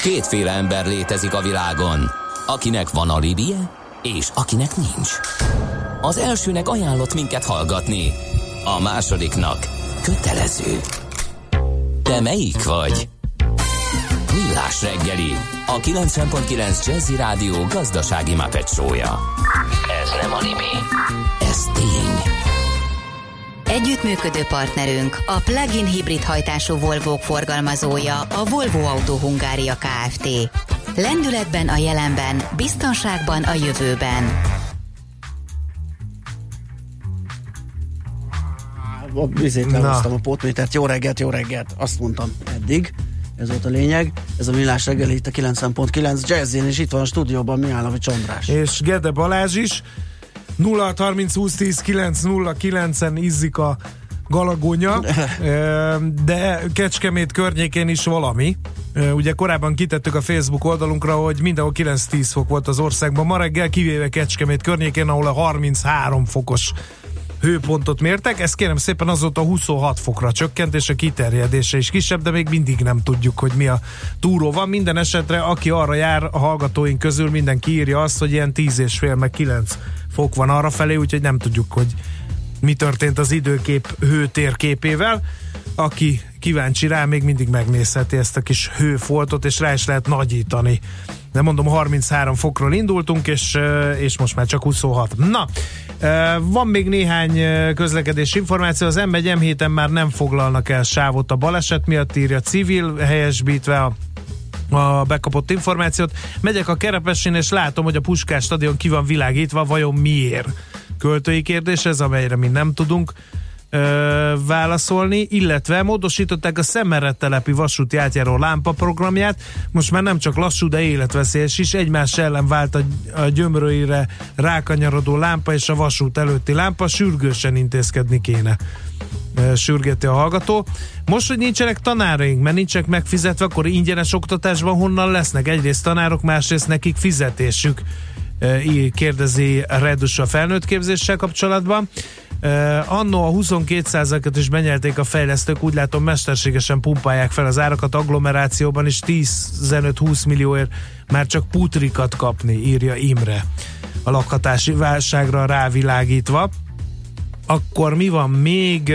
Kétféle ember létezik a világon, akinek van alibije, és akinek nincs. Az elsőnek ajánlott minket hallgatni, a másodiknak kötelező. Te melyik vagy? Millás reggeli, a 90.9 Jazzy Rádió gazdasági Muppet show-ja. Ez nem anime, ez tény. Együttműködő partnerünk a plug-in hibrid hajtású Volvók forgalmazója, a Volvo Auto Hungária Kft. Lendületben a jelenben, biztonságban a jövőben. Lehoztam a pótmétert, jó reggelt, azt mondtam eddig. Ez volt a lényeg. Ez a Millás reggeli itt a 90.9 Jazzin, és itt van a stúdióban Mihálovics András. És Gede Balázs is. 0-30 20 10 909-en izzik a galagónya, de Kecskemét környékén is valami. Ugye korábban kitettük a Facebook oldalunkra, hogy mindenhol 9-10 fok volt az országban. Ma reggel kivéve Kecskemét környékén, ahol a 33 fokos hőpontot mértek, ez kérem szépen azóta 26 fokra csökkent, és a kiterjedése is kisebb, de még mindig nem tudjuk, hogy mi a túró van. Minden esetre, aki arra jár, a hallgatóink közül mindenki írja azt, hogy ilyen 10,5 meg 9 fok van arra felé, úgyhogy nem tudjuk, hogy mi történt az időkép hőtérképével. Aki kíváncsi rá, még mindig megnézheti ezt a kis hőfoltot, és rá is lehet nagyítani. De mondom, 33 fokról indultunk, és most már csak 26. Na, van még néhány közlekedési információ. Az M1 M7-en már nem foglalnak el sávot a baleset miatt, írja Civil, helyesbítve a bekapott információt. Megyek a Kerepesin, és látom, hogy a Puskás stadion ki van világítva, vajon miért? Költői kérdés ez, amelyre mi nem tudunk válaszolni, illetve módosították a Szemere-telepi vasúti átjáró lámpa programját. Most már nem csak lassú, de életveszélyes is. Egymás ellen vált a gyömrőire rákanyarodó lámpa és a vasút előtti lámpa. Sürgősen intézkedni kéne, sürgeti a hallgató. Most, hogy nincsenek tanáraink, mert nincsenek megfizetve, akkor ingyenes oktatásban honnan lesznek? Egyrészt tanárok, másrészt nekik fizetésük, kérdezi Redus a felnőtt képzéssel kapcsolatban. Annó a 22%-et is benyelték a fejlesztők, úgy látom mesterségesen pumpálják fel az árakat, agglomerációban is 15-20 millióért már csak putrikat kapni, írja Imre, a lakhatási válságra rávilágítva. Akkor mi van még?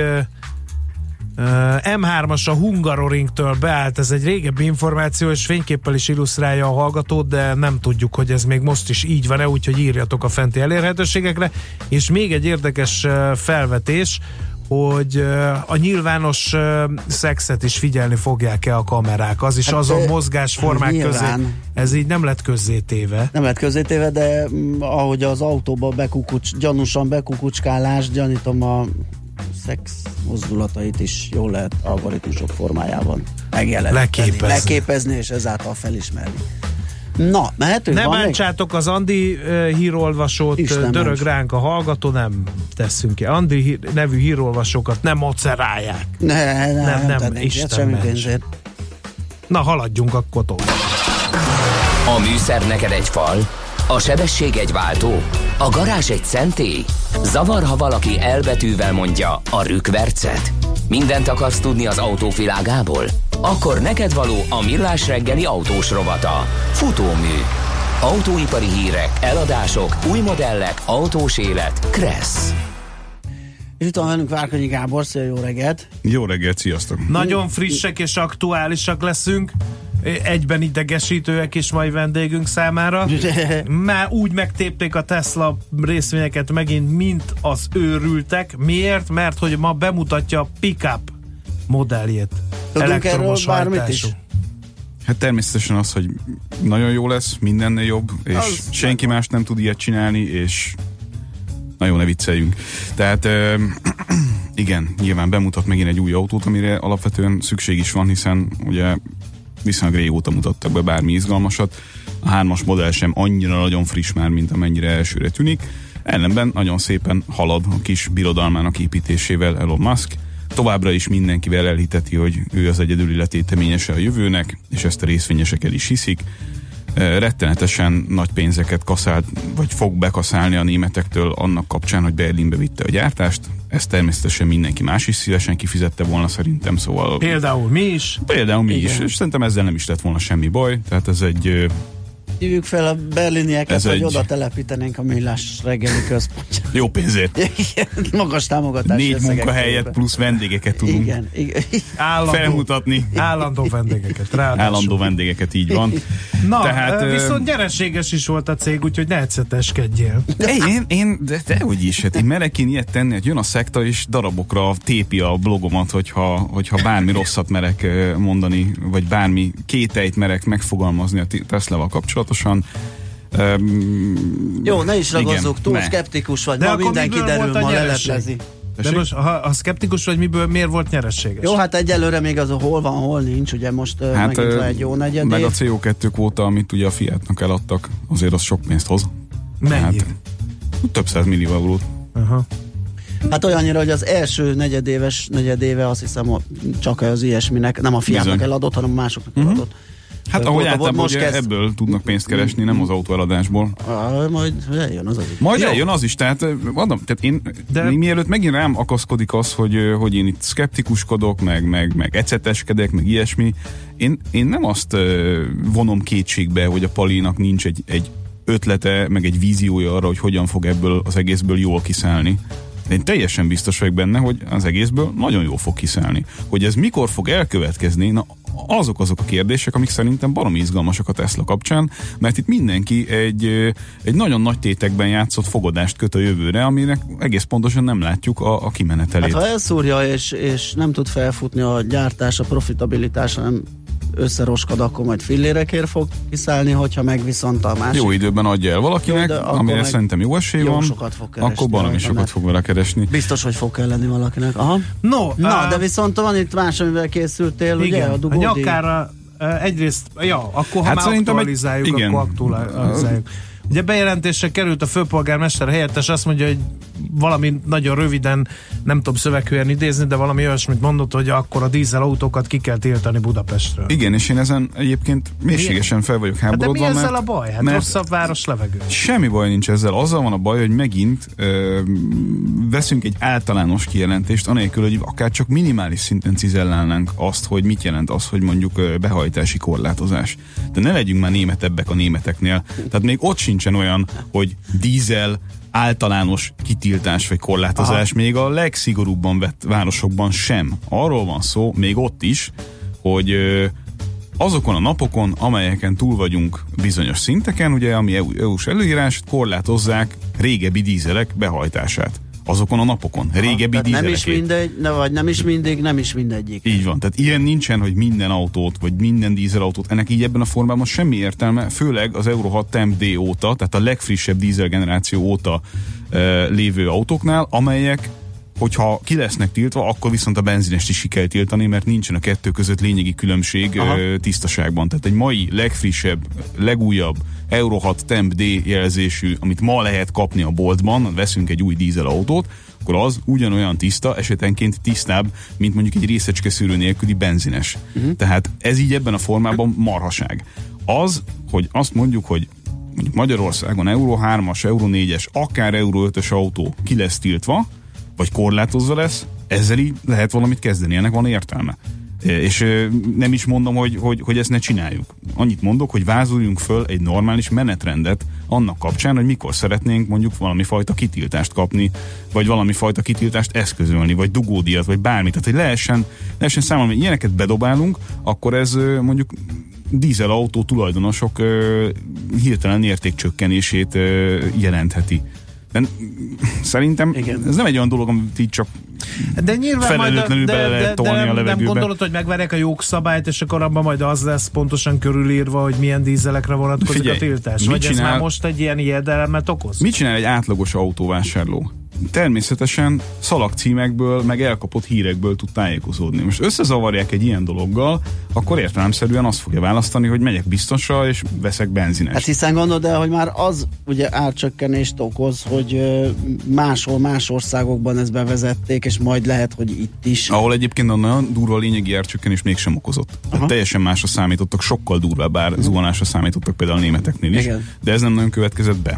M3-as a Hungaroringtől beállt, ez egy régebbi információ, és fényképpel is illusztrálja a hallgatót, de nem tudjuk, hogy ez még most is így van-e, úgyhogy írjatok a fenti elérhetőségekre. És még egy érdekes felvetés, hogy a nyilvános szexet is figyelni fogják-e a kamerák. Az is hát azon mozgásformák közé. Ez így nem lett közzétéve. Nem lett közzétéve, de ahogy az autóba gyanúsan bekukucskálás, gyanítom a szex mozdulatait is jól lehet algoritmusok formájában megjeleníteni, leképezni, és ezáltal felismerni. Na, mehetünk? Nem bántsátok az Andi hírolvasót, dörög ránk a hallgató, nem tesszünk ki. Andi nevű hírolvasókat nem mocerálják. Nem, Isten ments. Na, haladjunk akkor tovább. A műszer neked egy fal, a sebesség egy váltó, a garázs egy szentély. Zavar, ha valaki elbetűvel mondja a rükvercet? Mindent akarsz tudni az autóvilágából? Akkor neked való a Millás reggeli autós rovata. Futómű. Autóipari hírek, eladások, új modellek, autós élet. Kressz. És itt van velünk Várkonyi Gábor, szia, jó reggelt! Jó reggelt, sziasztok! Nagyon frissek és aktuálisak leszünk. Egyben idegesítőek is majd vendégünk számára. Már úgy megtépték a Tesla részvényeket megint, mint az őrültek. Miért? Mert hogy ma bemutatja a pick-up modelljét. Tudunk erről bármit is? Hát természetesen az, hogy nagyon jó lesz, mindennél jobb, és az senki más nem tud ilyet csinálni, és nagyon ne vicceljünk. Tehát igen, nyilván bemutat megint egy új autót, amire alapvetően szükség is van, hiszen ugye viszonylag régóta mutattak be bármi izgalmasat. A 3-as modell sem annyira nagyon friss már, mint amennyire elsőre tűnik. Ellenben nagyon szépen halad a kis birodalmának építésével Elon Musk. Továbbra is mindenkivel elhiteti, hogy ő az egyedüli letéteményese a jövőnek, és ezt a részvényesek el is hiszik. rettenetesen nagy pénzeket kaszált, vagy fog bekaszálni a németektől annak kapcsán, hogy Berlinbe vitte a gyártást. Ezt természetesen mindenki más is szívesen kifizette volna szerintem, szóval... Például mi is, és szerintem ezzel nem is lett volna semmi baj, tehát ez egy... Hívjuk fel a berlinieket, hogy oda telepítenénk a Millás reggeli központja. Jó pénzért. Magas támogatás. 4 munkahelyet plusz vendégeket tudunk felmutatni. Állandó vendégeket. Állandó vendégeket, így van. Na, tehát, viszont nyereséges is volt a cég, úgyhogy ne egyszeteskedjél. De hogy is, hát én merek én ilyet tenni, hogy jön a szekta és darabokra tépi a blogomat, hogyha bármi rosszat merek mondani, vagy bármi kételyt merek megfogalmazni a Teslával kapcsolatban. Jó, ne is ragozzuk, túl szkeptikus vagy, ma minden kiderül, ma leleplezi. De most, ha szkeptikus vagy, miért volt nyereséges? Jó, hát egyelőre még az, hol van, hol nincs, ugye most megint van egy jó negyedév. Meg a CO2 kvóta, amit ugye a Fiatnak eladtak, azért az sok pénzt hoz. Mennyi? Hát, több 100 millió eurót. Aha. Hát olyannyira, hogy az első negyedéve azt hiszem csak az ilyesminek, nem a Fiatnak eladott, hanem másoknak eladott. Hát ahogy általában ebből tudnak pénzt keresni, nem az autóeladásból. Majd eljön az is. Majd eljön az is, tehát mondom, tehát még mielőtt megint rám akaszkodik az, hogy én itt szkeptikuskodok, meg eceteskedek, meg ilyesmi, én nem azt vonom kétségbe, hogy a Palinak nincs egy ötlete, meg egy víziója arra, hogy hogyan fog ebből az egészből jól kiszállni. De én teljesen biztos vagyok benne, hogy az egészből nagyon jól fog kiszállni. Hogy ez mikor fog elkövetkezni, na azok a kérdések, amik szerintem baromi izgalmasak a Tesla kapcsán, mert itt mindenki egy nagyon nagy tétekben játszott fogadást köt a jövőre, aminek egész pontosan nem látjuk a kimenetelét. Hát ha elszúrja és nem tud felfutni a gyártás, a profitabilitás, hanem összeroskad, akkor majd fillérekért fog kiszállni, hogyha meg viszont a másik... Jó időben adja el valakinek, amire szerintem jó esély van, akkor baromi sokat fog vele keresni. Biztos, hogy fog kelleni valakinek. Aha. De viszont van itt más, amivel készültél, igen, ugye? A dugódi. Nyakára egyrészt, akkor ha már aktualizáljuk, akkor aktualizáljuk. Ugye bejelentésre került a főpolgármester helyettes, azt mondja, hogy valami nagyon röviden, nem tudom szöveghűen idézni, de valami olyasmit mondott, hogy akkor a dízelautókat ki kell tiltani Budapestről. Igen, és én ezen egyébként mélységesen fel vagyok háborodva. Hát de mi ezzel a baj? Hát rosszabb város levegő. Semmi baj nincs ezzel. Azzal van a baj, hogy megint veszünk egy általános kijelentést, anélkül, hogy akár csak minimális szinten cizellálnánk azt, hogy mit jelent az, hogy mondjuk behajtási korlátozás. De ne legyünk már németebbek a németeknél. Tehát még ott sincsen olyan, hogy dízel általános kitiltás vagy korlátozás, még a legszigorúbban vett városokban sem. Arról van szó, még ott is, hogy azokon a napokon, amelyeken túl vagyunk bizonyos szinteken, ugye, ami EU-s előírás, korlátozzák régebbi dízelek behajtását. Azokon a napokon. Régebbi dízelekét. Nem is mindegy, vagy nem is mindig, nem is mindegyik. Így van. Tehát ilyen nincsen, hogy minden autót, vagy minden dízelautót, ennek így ebben a formában semmi értelme, főleg az Euro 6 Temp D óta, tehát a legfrissebb dízelgeneráció óta lévő autóknál, amelyek, hogyha ki lesznek tiltva, akkor viszont a benzinest is ki kell tiltani, mert nincsen a kettő között lényegi különbség tisztaságban. Tehát egy mai legfrissebb, legújabb Euro 6 Temp D jelzésű, amit ma lehet kapni a boltban, veszünk egy új dízelautót, akkor az ugyanolyan tiszta, esetenként tisztább, mint mondjuk egy részecskeszűrő nélküli benzines. Tehát ez így ebben a formában marhaság. Az, hogy azt mondjuk, hogy mondjuk Magyarországon Euro 3-as, Euro 4-es, akár Euro 5-ös autó ki lesz tiltva, vagy korlátozva lesz, ezzel így lehet valamit kezdeni, ennek van értelme. És nem is mondom, hogy ezt ne csináljuk. Annyit mondok, hogy vázoljunk föl egy normális menetrendet annak kapcsán, hogy mikor szeretnénk mondjuk valami fajta kitiltást kapni, vagy valami fajta kitiltást eszközölni, vagy dugódíjat, vagy bármit. Tehát, hogy lehessen számolni, hogy ilyeneket bedobálunk, akkor ez mondjuk dízelautó tulajdonosok hirtelen értékcsökkenését jelentheti. De szerintem ez nem egy olyan dolog, amit így csak felelőtlenül bele lehet tolni a levegőbe. Nem gondolod, hogy megverják a jogszabályt, és akkor abban majd az lesz pontosan körülírva, hogy milyen dízelekre vonatkozik a tiltás? Vagy ez már most egy ilyen ijedelmet okoz? Mit csinál egy átlagos autóvásárló? természetesen szalagcímekből, meg elkapott hírekből tud tájékozódni. Most összezavarják egy ilyen dologgal, akkor értelemszerűen azt fogja választani, hogy megyek biztosra, és veszek benzines. Hát hiszen gondold el, hogy már az ugye árcsökkenést okoz, hogy máshol, más országokban ezt bevezették, és majd lehet, hogy itt is. Ahol egyébként a nagyon durva lényegi árcsökkenés mégsem okozott. Tehát teljesen másra számítottak, sokkal durvább zuhanásra számítottak például a németeknél is. Igen. De ez nem nagyon következett be.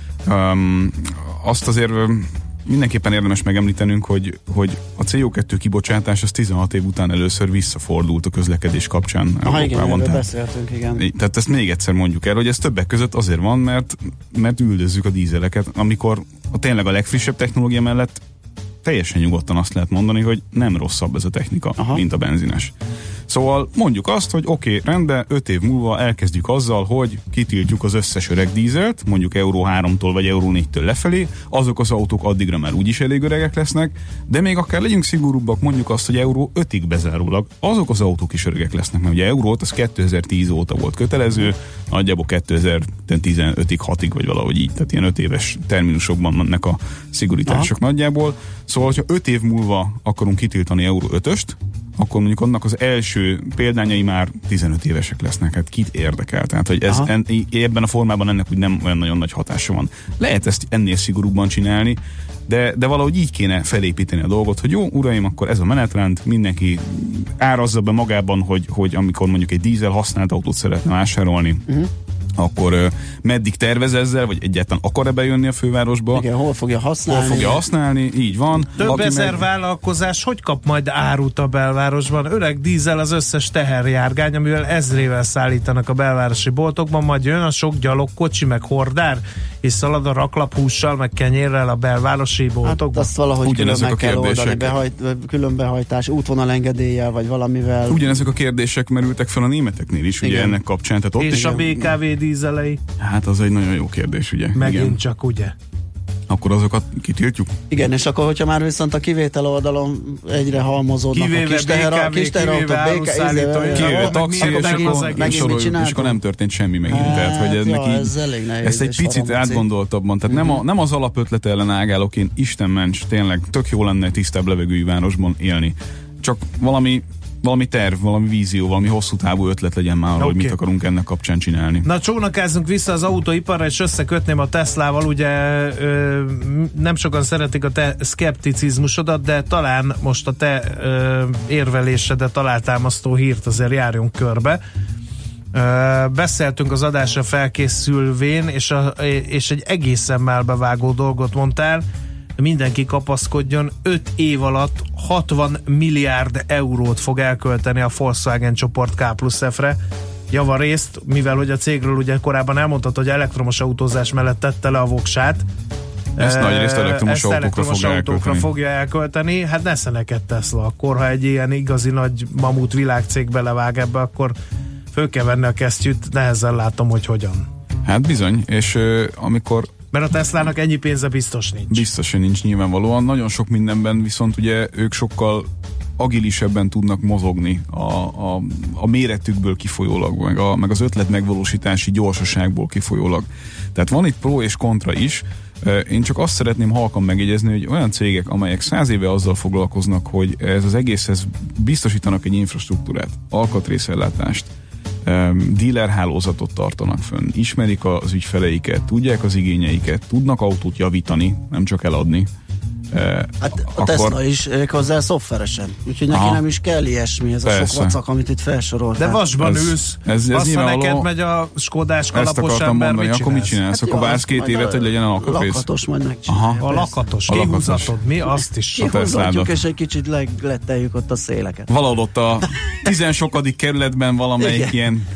Azt azért mindenképpen érdemes megemlítenünk, hogy a CO2 kibocsátás az 16 év után először visszafordult a közlekedés kapcsán Európában. Igen, beszéltünk, igen. Tehát ezt még egyszer mondjuk el, hogy ez többek között azért van, mert üldözzük a dízeleket, amikor tényleg a legfrissebb technológia mellett teljesen nyugodtan azt lehet mondani, hogy nem rosszabb ez a technika, mint a benzines. Szóval mondjuk azt, hogy oké, rendben, 5 év múlva elkezdjük azzal, hogy kitiltjuk az összes öreg dízelt, mondjuk Euró 3-tól vagy Euró 4-től lefelé, azok az autók addigra már úgyis elég öregek lesznek, de még akár legyünk szigorúbbak, mondjuk azt, hogy Euró 5-ig bezárólag, azok az autók is öregek lesznek, mert ugye Eurót az 2010 óta volt kötelező, nagyjából 2015-ig, 6-ig vagy valahogy így, tehát ilyen 5 éves terminusokban mennek a szigorítások nagyjából. Szóval, hogyha 5 év múlva akarunk kitiltani Euró 5-öst, akkor mondjuk annak az első példányai már 15 évesek lesznek. Hát kit érdekel? Tehát, hogy ez ebben a formában ennek úgy nem olyan nagyon nagy hatása van. Lehet ezt ennél szigorúbban csinálni, de valahogy így kéne felépíteni a dolgot, hogy jó, uraim, akkor ez a menetrend, mindenki árazza be magában, hogy amikor mondjuk egy dízel használt autót szeretne vásárolni, akkor meddig tervez ezzel, vagy egyáltalán akar-e bejönni a fővárosba? Igen, hol fogja használni, így van. Több ezer vállalkozás hogy kap majd árut a belvárosban? Öreg dízel az összes teherjárgány, amivel ezrével szállítanak a belvárosi boltokban, majd jön a sok gyalogkocsi, meg hordár, és szalad a raklaphússal, meg kenyérrel a belvárosi boltokban. Hát azt valahogy külön meg kell oldani, külön behajtás, útvonalengedéllyel, vagy valamivel. Ugyanezek a kérdések merültek fel a németeknél is, ugye ennek kapcsán. Tehát ott és a BKV dízelei? Hát az egy nagyon jó kérdés, ugye? Megint csak, ugye? Akkor azokat kitiltjuk? Igen, és akkor, hogyha már viszont a kivétel oldalon egyre halmozódnak kivéve a kis teherautók, kivéve taxi, és akkor nem történt semmi megint. Tehát, hogy ezt egy picit átgondoltabban. Tehát nem az alapötlet ellen ágálok, én Isten ments, tényleg tök jó lenne tisztább levegőjű városban élni. Csak valami terv, valami vízió, valami hosszú távú ötlet legyen már, hogy mit akarunk ennek kapcsán csinálni. Na, csónakázzunk vissza az autóiparra, és összekötném a Teslával, ugye nem sokan szeretik a te szkepticizmusodat, de talán most a te érvelésedet alátámasztó hírt azért járjunk körbe. Beszéltünk az adásra felkészülvén, és egy egészen melbevágó dolgot mondtál, mindenki kapaszkodjon, 5 év alatt 60 milliárd eurót fog elkölteni a Volkswagen csoport K+F-re. Javarészt, mivel hogy a cégről ugye korábban elmondtad, hogy elektromos autózás mellett tette le a voksát. Ezt nagyrészt elektromos autókra fogja elkölteni. Hát nesze neked Tesla, akkor ha egy ilyen igazi nagy mamut világcég belevág ebbe, akkor föl kell venni a kesztyűt, nehezen látom, hogy hogyan. Hát bizony, és amikor mert a Teslának ennyi pénze biztos nincs. Biztos, hogy nincs nyilvánvalóan. Nagyon sok mindenben viszont ugye ők sokkal agilisebben tudnak mozogni a méretükből kifolyólag, meg az ötlet megvalósítási gyorsaságból kifolyólag. Tehát van itt pro és kontra is. Én csak azt szeretném halkan megjegyezni, hogy olyan cégek, amelyek 100 éve azzal foglalkoznak, hogy ez az egészhez biztosítanak egy infrastruktúrát, alkatrészellátást, dealer hálózatot tartanak fönn, ismerik az ügyfeleiket, tudják az igényeiket, tudnak autót javítani, nem csak eladni. Hát a Tesla is hozzá szoftveresen, úgyhogy neki nem is kell ilyesmi, ez a sok vacak, amit itt felsoroltál. De vasban ülsz, azt ha neked megy a Skodás kalapos ember, mit csinálsz? Akkor mit csinálsz? Akkor vársz 2 évet, hogy legyen a lakatrész? Lakatos majd megcsinálja. A lakatos, kihúzatod, mi? Azt is. Kihúzatjuk, és egy kicsit letteljük ott a széleket. Valahol ott a 10-sokadik kerületben valamelyik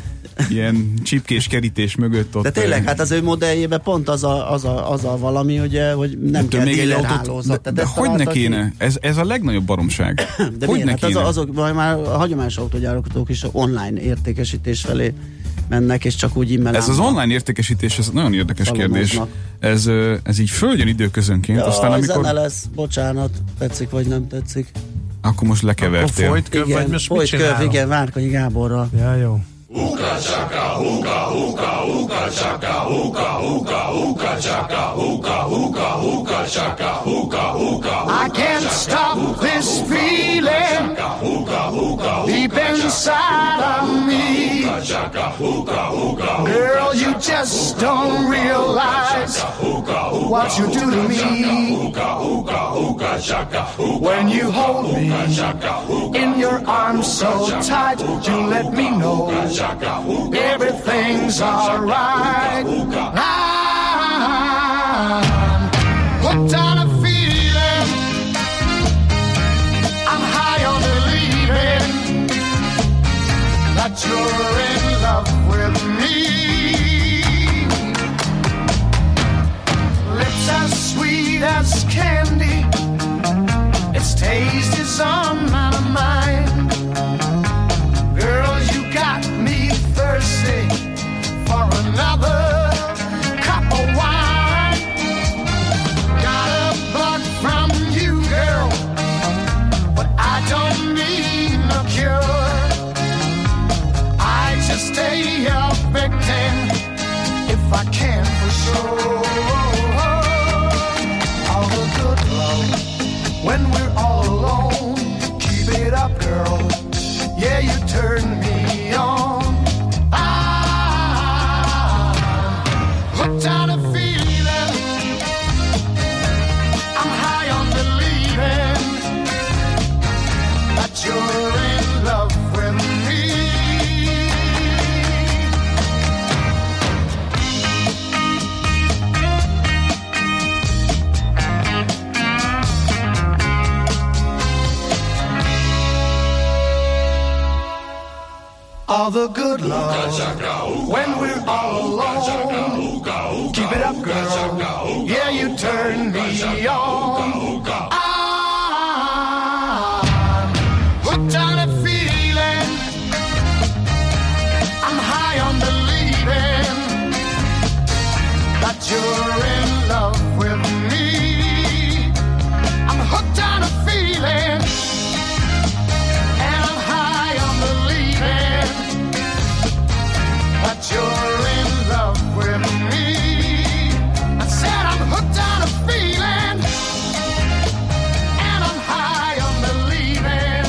ilyen csipkés kerítés mögött ott. De tényleg, hát az ő modelljében pont az a valami, ugye, hogy nem kell dealer hálózat. De hogy ne kéne? Ez a legnagyobb baromság. De hogy ne kéne? Hát azok már a hagyományos autógyártók is online értékesítés felé mennek, és csak úgy immel. Ez az online értékesítés, ez nagyon érdekes kérdés. Ez így följön időközönként. Ja, aztán amikor zene lesz, bocsánat, tetszik vagy nem tetszik. Akkor most lekevertél. Folytköv, vagy most mit csinálom? Igen, Várkonyi Gáborral. Ja, jó. Hookah chaka, hookah, hookah, hookah chaka, hookah, hookah, hookah chaka, hookah, hookah, hookah chaka, hookah, hookah. I can't stop this feeling deep inside of me. Girl, you just don't realize what you do to me. When you hold me in your arms so tight, you let me know everything's alright. I'm hooked on a feeling, I'm high on believing that you're in love with me. Lips as sweet as candy, its taste is on my mind. Girl, you got me thirsty for another cup of wine. Got a bug from you, girl, but I don't need no cure. I just stay a victim if I can for sure. All the good love when we're all alone. Keep it up, girl. Yeah, you turn me on. I'm hooked on a feeling, I'm high on believing that you're in love with me. All the good love when we're all alone. Keep it up, girl. Yeah, you turn me on. I'm hooked on a feeling, I'm high on believing that you're in love with me. I'm hooked on a feeling, and I'm high on believing that you're in love with me. I said I'm hooked on a feeling, and I'm high on believing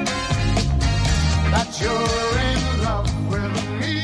that you're in love with me.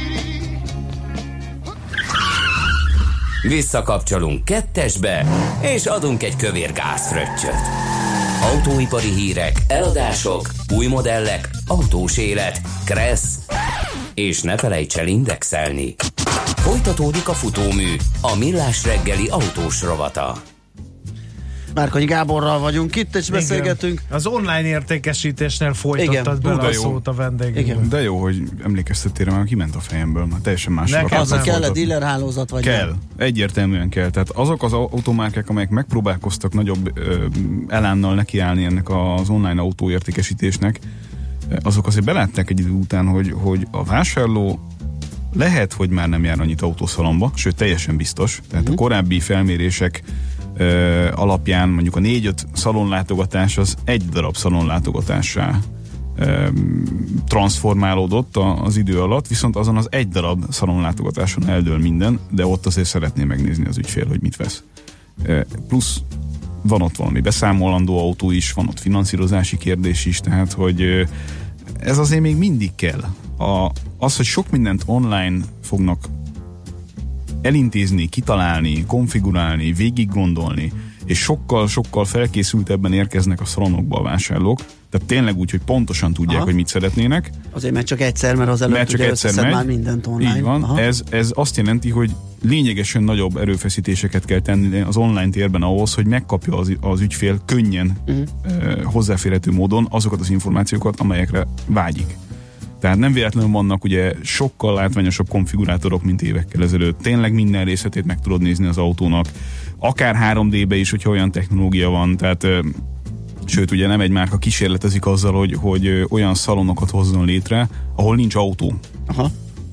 Visszakapcsolunk kettesbe, és adunk egy kövér gázfröccsöt. Autóipari hírek, eladások, új modellek, autós élet, kressz, és ne felejts el indexelni. Folytatódik a futómű, a Millás reggeli autós rovata. Márkonyi Gáborral vagyunk itt, és beszélgetünk. Az online értékesítésnél folytattad bele a szót a vendégünk. De jó, hogy emlékeztettél, mert kiment a fejemből, már teljesen más. Az kell a dealer hálózat, vagy kell, nem? Egyértelműen kell. Tehát azok az automárkák, amelyek megpróbálkoztak nagyobb elánnal nekiállni ennek az online autóértékesítésnek, azok azért belátták egy idő után, hogy a vásárló lehet, hogy már nem jár annyit autószalomba, sőt teljesen biztos. Tehát a korábbi felmérések alapján mondjuk a 4-5 szalonlátogatás az egy darab szalonlátogatássá transformálódott az idő alatt, viszont azon az egy darab szalonlátogatáson eldől minden, de ott azért szeretné megnézni az ügyfél, hogy mit vesz. Plusz van ott valami beszámolandó autó is, van ott finanszírozási kérdés is, tehát hogy ez azért még mindig kell. Az, hogy sok mindent online fognak elintézni, kitalálni, konfigurálni, végig gondolni, és sokkal-sokkal felkészültebben érkeznek a szalonokba a vásárlók, tehát tényleg úgy, hogy pontosan tudják, hogy mit szeretnének. Azért mert csak egyszer, mert az előtt ugye összeszed már mindent online. Így van. Ez azt jelenti, hogy lényegesen nagyobb erőfeszítéseket kell tenni az online térben ahhoz, hogy megkapja az ügyfél könnyen hozzáférhető módon azokat az információkat, amelyekre vágyik. Tehát nem véletlenül vannak ugye sokkal látványosabb konfigurátorok, mint évekkel ezelőtt. Tényleg minden részletét meg tudod nézni az autónak. Akár 3D-be is, hogyha olyan technológia van. Tehát sőt, ugye nem egy márka kísérletezik azzal, hogy olyan szalonokat hozzon létre, ahol nincs autó.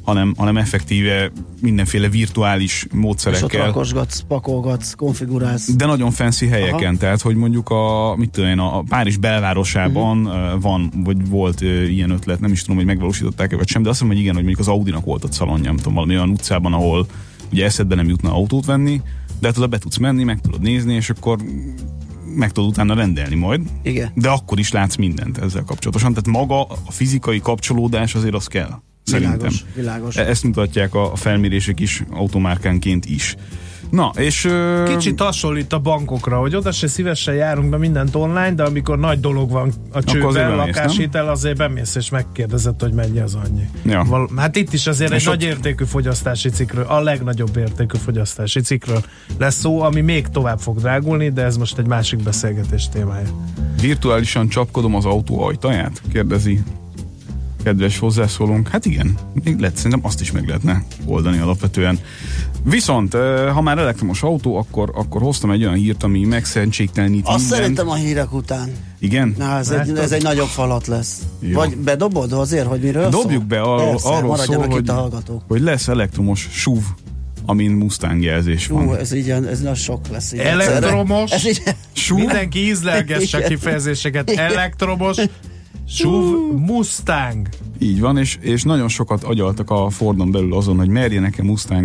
hanem effektíve mindenféle virtuális módszerekkel. És ott rakosgatsz, pakolgatsz, konfigurálsz. De nagyon fancy helyeken, aha. Tehát hogy mondjuk a Párizs belvárosában van, vagy volt ilyen ötlet, nem is tudom, hogy megvalósították-e vagy sem, de azt mondom, hogy igen, hogy mondjuk az Audinak volt ott szalonja, nem tudom, valami olyan utcában, ahol ugye eszedbe nem jutna autót venni, de hát oda be tudsz menni, meg tudod nézni, és akkor meg tudod utána rendelni majd. Igen. De akkor is látsz mindent ezzel kapcsolatosan. Tehát maga a fizikai kapcsolódás azért az kell. Szerintem. Világos. Ezt mutatják a felmérések is automárkánként is. Na, és... Kicsit hasonlít a bankokra, hogy oda se szívesen járunk be mindent online, de amikor nagy dolog van a csőben, lakáshitel, azért bemész és megkérdezed, hogy mennyi az annyi. Ja. Hát itt is azért egy nagy értékű fogyasztási cikkről, a legnagyobb értékű fogyasztási cikkről lesz szó, ami még tovább fog drágulni, de ez most egy másik beszélgetés témája. Virtuálisan csapkodom az autó ajtaját? Kérdezi kedves hozzászólónk. Hát igen, még szerintem azt is meg lehetne oldani alapvetően. Viszont, ha már elektromos autó, akkor hoztam egy olyan hírt, ami megszentségtelenít azt mindent. szeretem a hírek után. Igen? Na, ez egy nagyobb falat lesz. Jó. Vagy bedobod azért, hogy miről Dobjuk be, arról szól, hogy lesz elektromos SUV, amin Mustang jelzés van. Ez nagy sok lesz. Elektromos, mindenki ízlelgesse kifejezéseket. Elektromos SUV Mustang. Így van, és nagyon sokat agyaltak a Fordon belül azon, hogy merjenek-e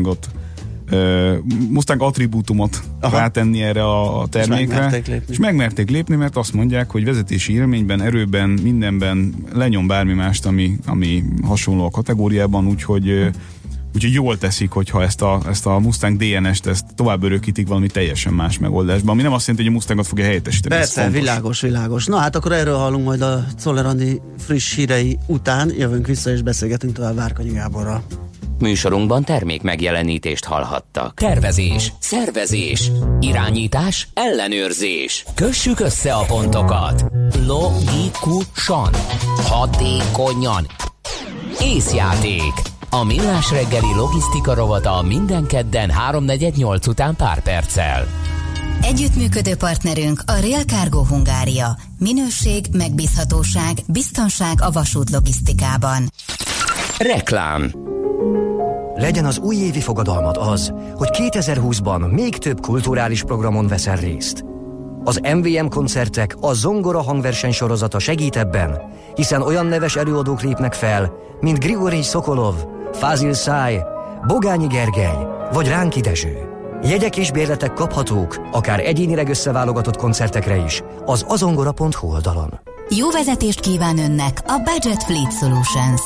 Mustang attribútumot rátenni erre a termékre. És megmerték lépni, mert azt mondják, hogy vezetési élményben, erőben, mindenben lenyom bármi mást, ami hasonló a kategóriában, úgyhogy jól teszik, hogyha ezt a Mustang DNS-t ezt tovább örökítik valami teljesen más megoldásban, ami nem azt jelenti, hogy a Mustangot fogja helyettesíteni. Persze, világos. Na hát akkor erről hallunk majd a Czoller Andi friss hírei után, jövünk vissza és beszélgetünk tovább Várkonyi Gáborral. Műsorunkban termék megjelenítést hallhattak. Tervezés, szervezés, irányítás, ellenőrzés. Kössük össze a pontokat. Logikusan, hatékonyan. Észjáték. A Millás reggeli logisztika rovata minden kedden 3-4-8 után pár perccel. Együttműködő partnerünk a Rail Cargo Hungária. Minőség, megbízhatóság, biztonság a vasút logisztikában. Reklám. Legyen az újévi fogadalmad az, hogy 2020-ban még több kulturális programon veszel részt. Az MVM koncertek a Zongora hangverseny sorozata segít ebben, hiszen olyan neves előadók lépnek fel, mint Grigorij Szokolov, Fázil Száj, Bogányi Gergely vagy Ránki Dezső. Jegyek és bérletek kaphatók, akár egyénileg összeválogatott koncertekre is, az azongora.hu oldalon. Jó vezetést kíván önnek a Budget Fleet Solutions.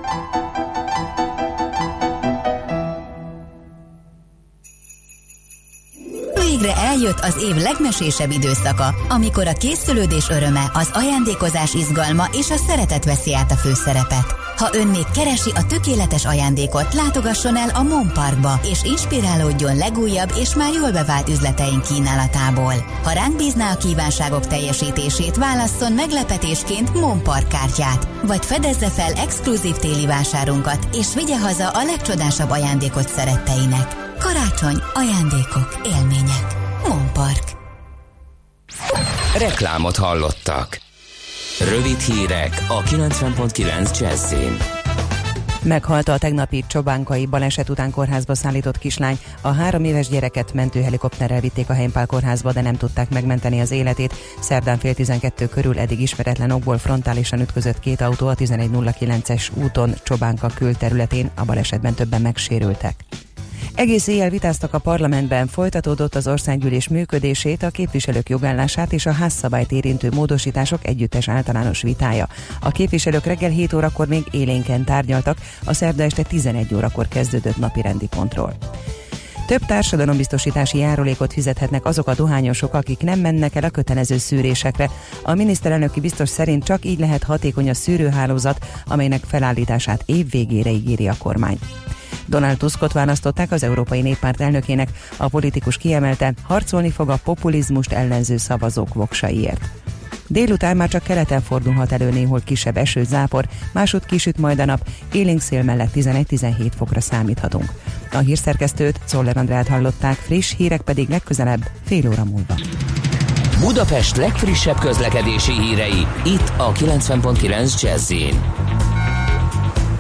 Végre eljött az év legmesésebb időszaka, amikor a készülődés öröme, az ajándékozás izgalma és a szeretet veszi át a főszerepet. Ha ön még keresi a tökéletes ajándékot, látogasson el a Mon Parkba, és inspirálódjon legújabb és már jól bevált üzleteink kínálatából. Ha ránk bízná a kívánságok teljesítését, válasszon meglepetésként Mon Park kártyát, vagy fedezze fel exkluzív téli vásárunkat, és vigye haza a legcsodásabb ajándékot szeretteinek. Karácsony, ajándékok, élmények. Mon Park. Reklámot hallottak. Rövid hírek a 90.9 Jazzin. Meghalt a tegnapi csobánkai baleset után kórházba szállított kislány. A 3 éves gyereket mentőhelikopterrel vitték a Heimpál kórházba, de nem tudták megmenteni az életét. Szerdán 11:30 körül eddig ismeretlen okból frontálisan ütközött 2 autó a 1109-es úton Csobánka külterületén, a balesetben többen megsérültek. Egész éjjel vitáztak a parlamentben, folytatódott az országgyűlés működését, a képviselők jogállását és a házszabályt érintő módosítások együttes általános vitája. A képviselők reggel 7 órakor még élénken tárgyaltak, a szerda este 11 órakor kezdődött napirendi pontról. Több társadalombiztosítási járulékot fizethetnek azok a dohányosok, akik nem mennek el a kötelező szűrésekre. A miniszterelnöki biztos szerint csak így lehet hatékony a szűrőhálózat, amelynek felállítását év végére ígéri a kormány. Donald Tuskot választották az Európai Néppárt elnökének, a politikus kiemelte, harcolni fog a populizmust ellenző szavazók voksaiért. Délután már csak keleten fordulhat elő néhol kisebb eső, zápor, másút kisüt majd a nap, élénk szél mellett 11-17 fokra számíthatunk. A hírszerkesztőt, Czoller Andrát hallották, friss hírek pedig legközelebb fél óra múlva. Budapest legfrissebb közlekedési hírei, itt a 90.9 Jazzin.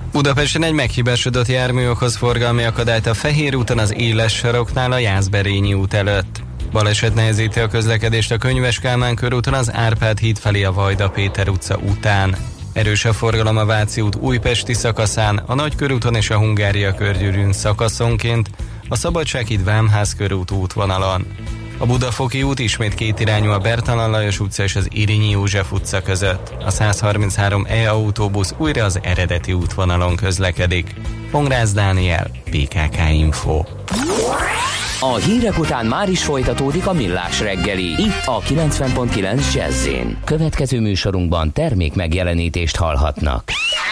Budapesten egy meghibásodott jármű okoz forgalmi akadályt a Fehér úton az Éles saroknál a Jászberényi út előtt. Baleset nehezíti a közlekedést a Könyves Kálmán körúton az Árpád híd felé a Vajda Péter utca után. Erős a forgalom a Váci út újpesti szakaszán, a Nagykörúton és a Hungária körgyűrűn szakaszonként, a Szabadsághíd Vámház körút útvonalon. A Budafoki út ismét kétirányú a Bertalan Lajos utca és az Irinyi József utca között. A 133E autóbusz újra az eredeti útvonalon közlekedik. Pongrász Dániel, PKK Info. A hírek után már is folytatódik a Millás reggeli, itt a 90.9 Jazz-in. Következő műsorunkban termék megjelenítést hallhatnak.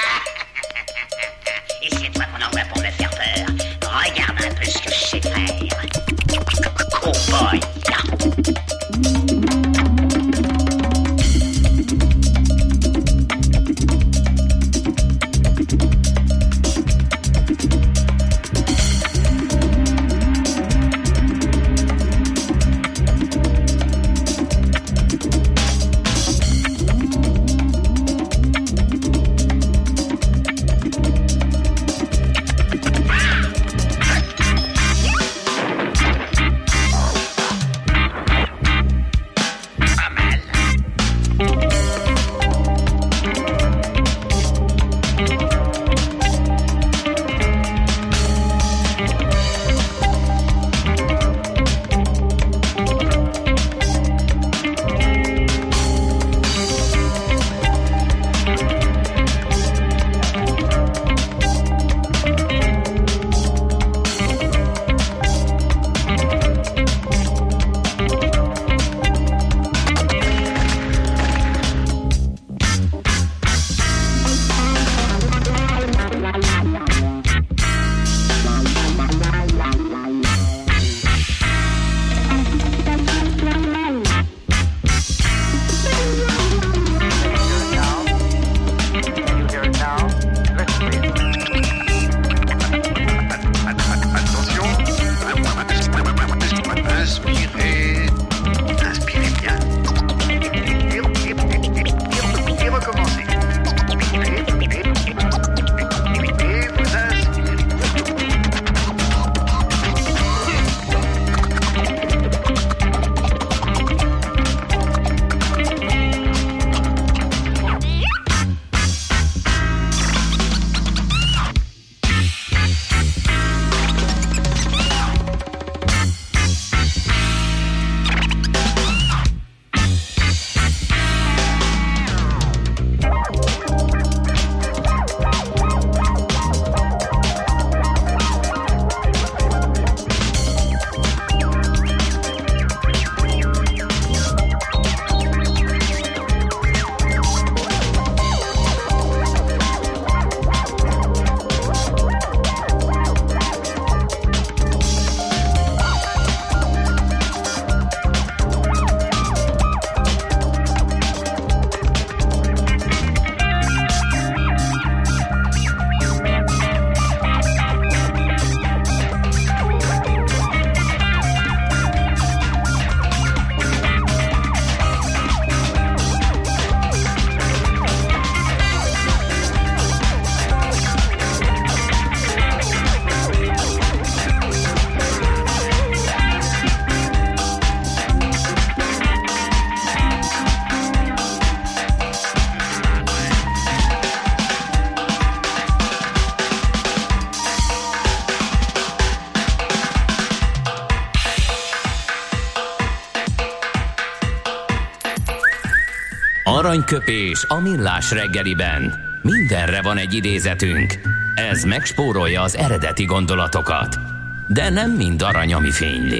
Aranyköpés a Millás reggeliben. Mindenre van egy idézetünk. Ez megspórolja az eredeti gondolatokat. De nem mind arany, ami fényli.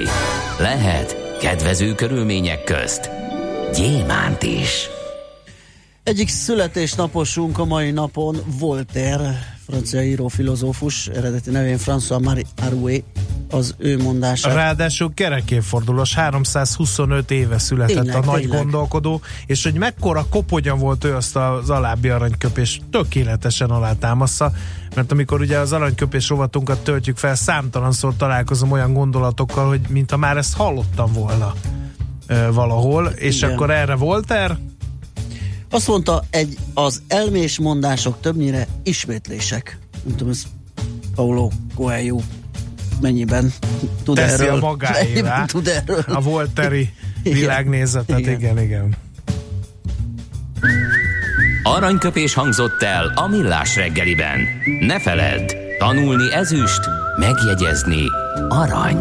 Lehet kedvező körülmények közt gyémánt is. Egyik születésnaposunk a mai napon Voltaire, francia író, filozófus, eredeti nevén François-Marie Arouet, az ő mondása. Ráadásul kerekéfordulós, 325 éve született tényleg, a nagy gondolkodó, és hogy mekkora koponya volt ő, azt az alábbi aranyköpés tökéletesen alátámaszza, mert amikor ugye az aranyköpés rovatunkat töltjük fel, számtalanszor találkozom olyan gondolatokkal, hogy mintha már ezt hallottam volna valahol, és igen. Akkor erre Voltaire azt mondta, az elmés mondások többnyire ismétlések. nem tudom, ez Paulo Coelho mennyiben tud teszi erről. A magáévá. Tud erről. A volteri világnézetet, igen. Aranyköpés hangzott el a Millás reggeliben. Ne feledd, tanulni ezüst, megjegyezni arany.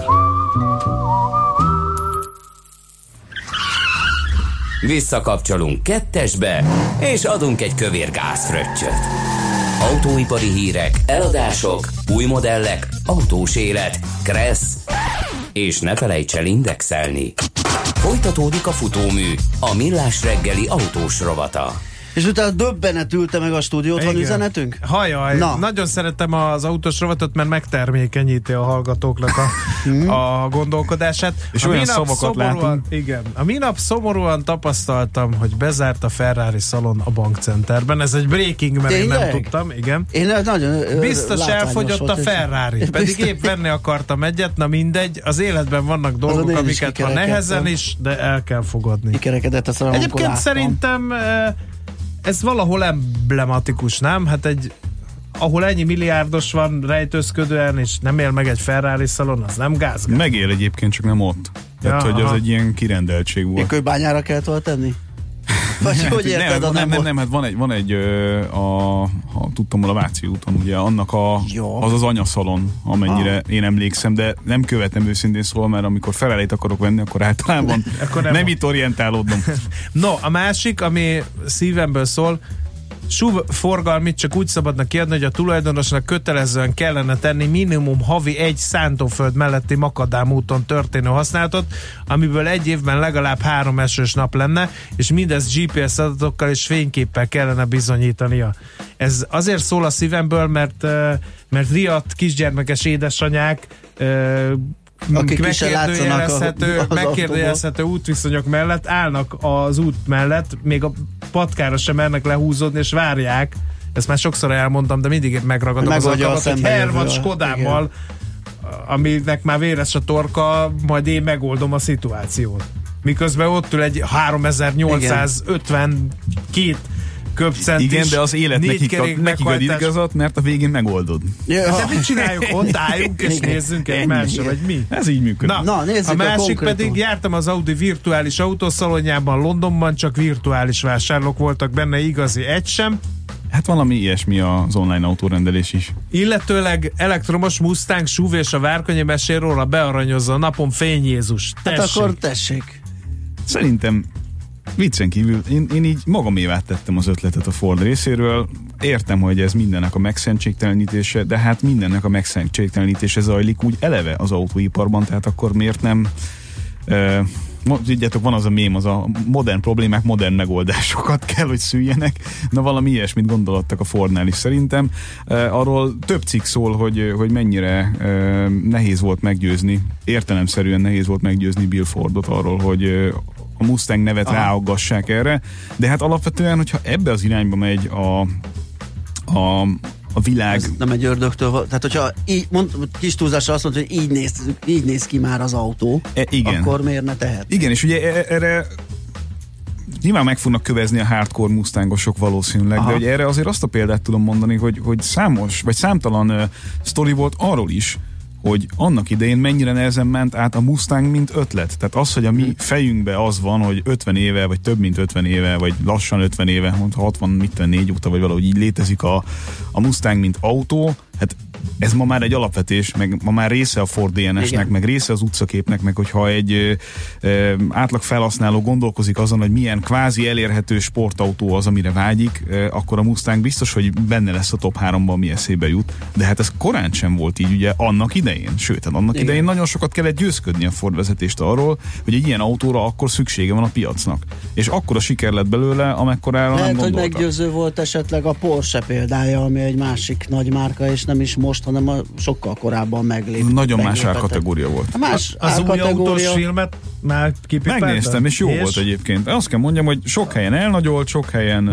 Visszakapcsolunk 2-esbe, és adunk egy kövér gázfröccsöt. Autóipari hírek, eladások, új modellek, autós élet, kressz, és ne felejts el indexelni. Folytatódik a futómű, a Millás reggeli autós rovata. És utána döbbenet ülte meg a stúdiót, van üzenetünk? Hajaj, nagyon szeretem az autós rovatot, mert megtermékenyíti a hallgatóknak a gondolkodását. És olyan szavakat látunk. Igen. A minap szomorúan tapasztaltam, hogy bezárt a Ferrari szalon a bankcenterben. Ez egy breaking, mert én nem tudtam. Igen. Én nagyon biztos elfogyott a Ferrari. Pedig épp venni akartam egyet, na mindegy. Az életben vannak dolgok, amiket ha nehezen is, de el kell fogadni. Kikerekedett a szalon. Egyébként szerintem ez valahol emblematikus, nem? Hát ahol ennyi milliárdos van rejtőzködően, és nem él meg egy Ferrari szalon, az nem gáz. Megél egyébként, csak nem ott. Tehát, hogy az egy ilyen kirendeltség volt. Ilyen Kőbányára kellett volna tenni? Vagy hogy érted a nem, hát van egy ha tudtam, a Váci úton, ugye annak az anyaszalon, amennyire én emlékszem, de nem követem őszintén szólva, mert amikor Ferrari-t akarok venni, akkor általában nem itt orientálódnom. No, a másik, ami szívemből szól, SUV forgalmit csak úgy szabadna kiadni, hogy a tulajdonosnak kötelezően kellene tenni minimum havi egy szántóföld melletti makadám úton történő használatot, amiből egy évben legalább 3 esős nap lenne, és mindez GPS adatokkal és fényképpel kellene bizonyítania. Ez azért szól a szívemből, mert riadt kisgyermekes édesanyák megkérdőjelezhető útviszonyok mellett állnak az út mellett, még a patkára sem mernek lehúzódni, és várják, ezt már sokszor elmondtam, de mindig megragadom az alkalmat, hogy Herman Skodámmal, aminek már véres a torka, majd én megoldom a szituációt. Miközben ott ül egy 3852 köpcent. Igen, de az élet nekik ad igazat, mert a végén megoldod. Ja. De mit csináljuk? Ott álljunk és nézzünk egymásra, vagy mi? Ez így működik. Na a másik pedig, jártam az Audi virtuális autószalonjában Londonban, csak virtuális vásárlók voltak benne, igazi egy sem. Hát valami ilyesmi az online autórendelés is. Illetőleg elektromos Mustang SUV és a Várkonyi mesél róla, bearanyozza a napon Fény Jézus. Hát akkor tessék. Szerintem viccen kívül, én így magamévá tettem az ötletet a Ford részéről. Értem, hogy ez mindennek a megszentségtelenítése, de hát mindennek a megszentségtelenítése zajlik úgy eleve az autóiparban, tehát akkor miért nem tudjátok, van az a mém, az a modern problémák, modern megoldásokat kell, hogy szüljenek. Na valami ilyesmit gondolattak a Fordnál is szerintem. Arról több cikk szól, hogy mennyire nehéz volt meggyőzni, értelemszerűen nehéz volt meggyőzni Bill Fordot arról, hogy a Mustang nevet ráaggassák erre, de hát alapvetően, hogyha ebbe az irányba megy a világ... Ez nem egy ördögtől, tehát hogyha kis túlzásra azt mondta, hogy így néz ki már az autó, igen. Akkor miért ne tehet? Igen, és ugye erre nyilván meg fognak kövezni a hardcore Mustangosok valószínűleg, de hogy erre azért azt a példát tudom mondani, hogy számos, vagy számtalan sztori volt arról is, hogy annak idején mennyire nehezen ment át a Mustang, mint ötlet. Tehát az, hogy a mi fejünkbe az van, hogy 50 éve, vagy több mint 50 éve, vagy lassan 50 éve, 64 óta, vagy valahogy így létezik a Mustang, mint autó, hát ez ma már egy alapvetés, meg ma már része a Ford DNS-nek, meg része az utcaképnek, meg hogyha egy átlag felhasználó gondolkozik azon, hogy milyen kvázi elérhető sportautó az, amire vágyik, akkor a Mustang biztos, hogy benne lesz a top 3-ban, ami eszébe jut. De hát ez korán sem volt így, ugye, annak idején. Sőt, hát annak idején nagyon sokat kellett győzködni a Ford vezetést arról, hogy egy ilyen autóra akkor szüksége van a piacnak. És akkor a siker lett belőle, amekkorára nem gondoltak. Lehet, hogy meggyőző volt esetleg a Porsche példája, ami egy másik nagy márka, és nem is most, hanem sokkal korábban meglépett. Nagyon más árkategória volt. Az új autós filmet már kipipáltam? Megnéztem, és jó volt egyébként. Azt kell mondjam, hogy sok helyen elnagyolt, sok helyen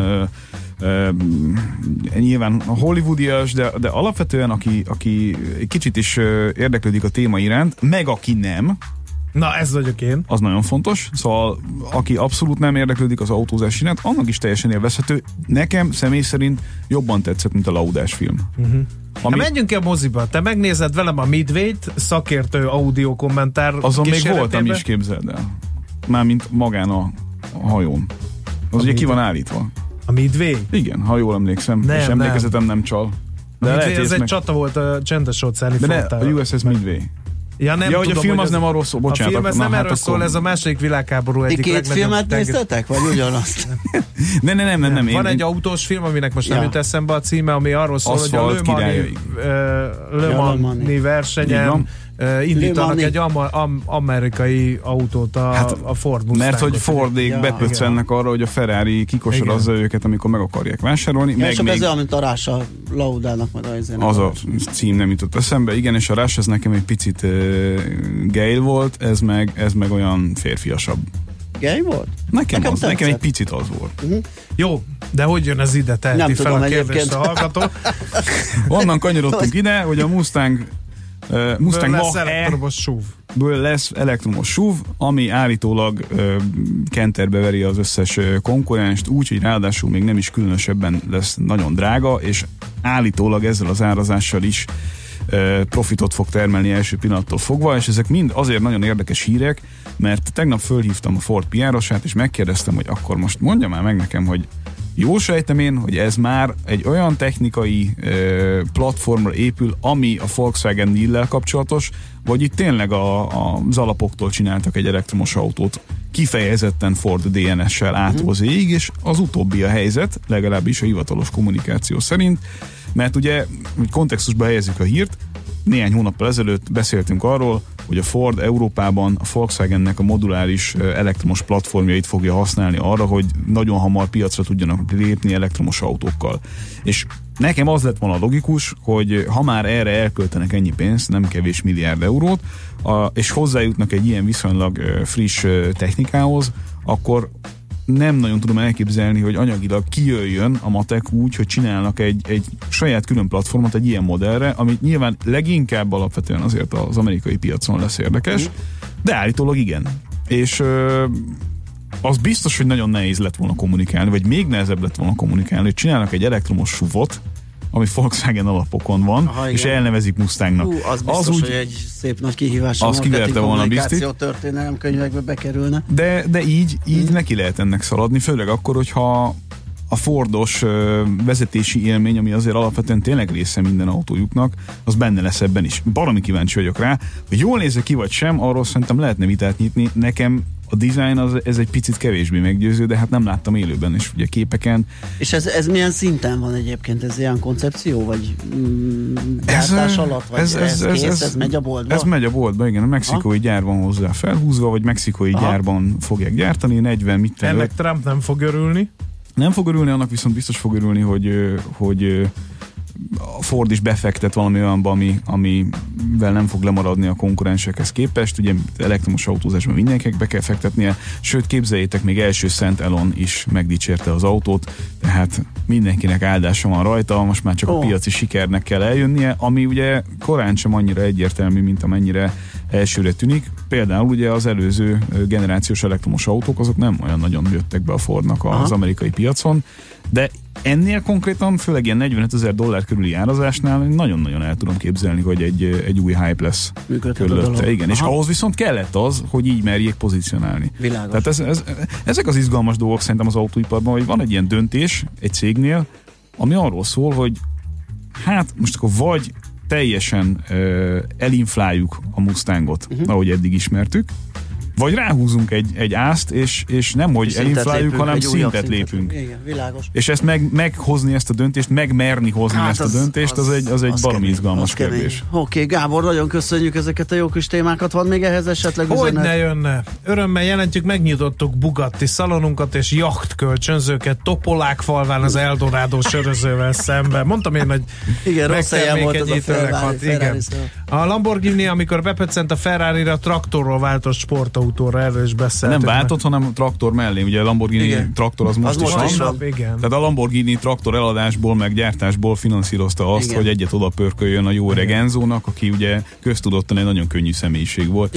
nyilván hollywoodias, de alapvetően aki egy kicsit is érdeklődik a téma iránt, meg aki nem, na ez vagyok én. Az nagyon fontos. Szóval aki abszolút nem érdeklődik az autózás iránt, annak is teljesen élvezhető. Nekem személy szerint jobban tetszett, mint a Laudás film. Menjünk ki a moziba, te megnézed velem a Midway-t, szakértő audio kommentár azon még voltam is, képzeld el. Mármint magán a hajón. Az ugye ki van állítva. A Midway? Igen, ha jól emlékszem, és emlékezetem nem csal. De ez egy csata volt a csendes óceáni flottával. De a USS Midway. Ja, nem tudom, hogy a film az nem arról szól, bocsánat. A film ez nem erről szól, ez a második világháború egyik legnagyobb. Két filmet néztetek, vagy ugyanazt? Nem. Van egy autós film, aminek most nem jut eszembe a címe, ami arról szól, hogy a Le Mans-i versenyen indítanak egy amerikai autót, a Ford Mustangot. Mert hogy Fordék bepöccennek arra, hogy a Ferrari kikosarazza őket, amikor meg akarják vásárolni. És ez olyan, mint a Rása Laudának majd az a cím nem jutott eszembe. Igen, és a Rása ez nekem egy picit gay volt, ez meg olyan férfiasabb. Gay volt? Nekem egy picit az volt. Jó, de hogy jön ez ide? Teheti fel a kérdést a hallgató. Onnan kanyarodtunk ide, hogy a Mustang lesz elektromos SUV. Lesz elektromos SUV, ami állítólag kenterbe veri az összes konkurenst, úgy, hogy ráadásul még nem is különösebben lesz nagyon drága, és állítólag ezzel az árazással is profitot fog termelni első pillanattól fogva, és ezek mind azért nagyon érdekes hírek, mert tegnap fölhívtam a Ford PR-osát, és megkérdeztem, hogy akkor most mondja már meg nekem, hogy jól sejtem én, hogy ez már egy olyan technikai platformra épül, ami a Volkswagen Deal-lel kapcsolatos, vagy itt tényleg az alapoktól csináltak egy elektromos autót kifejezetten Ford DNS-sel átozéig, és az utóbbi a helyzet, legalábbis a hivatalos kommunikáció szerint, mert ugye, hogy kontextusba helyezzük a hírt, néhány hónappal ezelőtt beszéltünk arról, hogy a Ford Európában a Volkswagennek a moduláris elektromos platformjait fogja használni arra, hogy nagyon hamar piacra tudjanak lépni elektromos autókkal. És nekem az lett volna logikus, hogy ha már erre elköltenek ennyi pénzt, nem kevés milliárd eurót, és hozzájutnak egy ilyen viszonylag friss technikához, akkor nem nagyon tudom elképzelni, hogy anyagilag kijöjjön a matek úgy, hogy csinálnak egy saját külön platformot egy ilyen modellre, ami nyilván leginkább alapvetően azért az amerikai piacon lesz érdekes, de állítólag igen. És az biztos, hogy nagyon nehéz lett volna kommunikálni, vagy még nehezebb lett volna kommunikálni, hogy csinálnak egy elektromos SUV-ot, ami Volkswagen alapokon van, és elnevezik Mustangnak. Az biztos, hogy egy szép nagy kihívás. Az kiverte volna biztos. Történelem könyvekbe bekerülne. De így neki lehet ennek szaladni, főleg akkor, hogyha a Fordos vezetési élmény, ami azért alapvetően tényleg része minden autójuknak, az benne lesz ebben is. Baromi kíváncsi vagyok rá, hogy jól nézze ki vagy sem, arról szerintem lehetne vitát nyitni. Nekem a design ez egy picit kevésbé meggyőző, de hát nem láttam élőben, és ugye képeken. És ez milyen szinten van egyébként? Ez ilyen koncepció, vagy gyártás alatt? Vagy ez megy a boltba? Ez megy a boltba, igen. A mexikói gyár van hozzá felhúzva, vagy mexikói gyárban fogják gyártani, 40 mit tenni. Ennek Trump nem fog örülni? Nem fog örülni, annak viszont biztos fog örülni, hogy a Ford is befektet valami olyanba, amivel nem fog lemaradni a konkurensekhez képest. Ugye elektromos autózásban mindenkinek be kell fektetnie, sőt képzeljétek, még első Szent Elon is megdicsérte az autót, tehát mindenkinek áldása van rajta, most már csak a piaci sikernek kell eljönnie, ami ugye korán sem annyira egyértelmű, mint amennyire elsőre tűnik. Például ugye az előző generációs elektromos autók, azok nem olyan nagyon jöttek be a Fordnak az amerikai piacon, de ennél konkrétan, főleg ilyen $45,000 körüli árazásnál nagyon-nagyon el tudom képzelni, hogy egy új hype lesz körülötte. Igen, és ahhoz viszont kellett az, hogy így merjék pozícionálni. Világos. Tehát ezek az izgalmas dolgok szerintem az autóiparban, hogy van egy ilyen döntés egy cégnél, ami arról szól, hogy hát most akkor vagy teljesen elinfláljuk a Mustangot, ahogy eddig ismertük, vagy ráhúzunk egy ászt, és nem, hogy elinfláljuk, hanem szintet lépünk. Igen, világos. És ezt meghozni ezt a döntést, megmerni hozni ezt a döntést, az egy baromi izgalmas kérdés. Oké, Gábor, nagyon köszönjük ezeket a jó kis témákat. Van még ehhez esetleg üzenet? Hogy ne jönne? Örömmel jelentjük, megnyitottuk Bugatti szalonunkat és jachtkölcsönzőket Topolákfalván az Eldorado sörözővel szemben. Mondtam én, hogy igen, rossz helyen volt az a igen. A Lamborghini, amikor bepöccent a Ferrari-ra, traktorról váltott sportautóra, erről is beszéltünk. Nem váltott, hanem traktor mellé. Ugye a Lamborghini igen. traktor az most is van. Igen. Tehát a Lamborghini traktor eladásból, meg gyártásból finanszírozta azt, igen. hogy egyet oda pörköljön a jó öreg Enzónak, aki ugye köztudottan egy nagyon könnyű személyiség volt.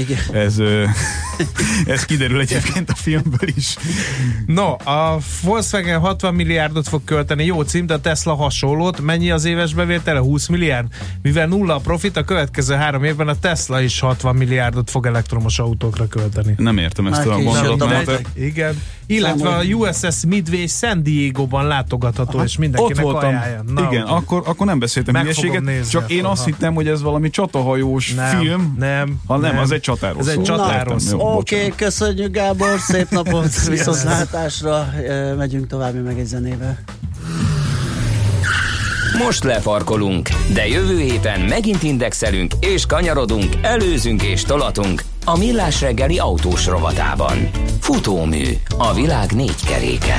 Ez kiderül egyébként a filmből is. No, a Volkswagen 60 milliárdot fog költeni, jó cím, de a Tesla hasonlót. Mennyi az éves bevétele? 20 milliárd? Mivel nulla a profit, a következő 3 évben a Tesla is 60 milliárdot fog elektromos autókra költeni. Nem értem ezt a gondolatot. Igen. Illetve a USS Midway San Diego-ban látogatható, és mindenkinek ajánlja. Igen, akkor nem beszéltem hülyeséget, csak én azt hittem, hogy ez valami csatahajós film. Nem, az egy csatáról szól. Ez egy csatáról szól. Oké, köszönjük Gábor, szép napot, viszontlátásra, megyünk tovább meg egy zenével. Most lefarkolunk, de jövő héten megint indexelünk és kanyarodunk, előzünk és tolatunk a Millás reggeli autós rovatában. Futómű a világ 4 keréken.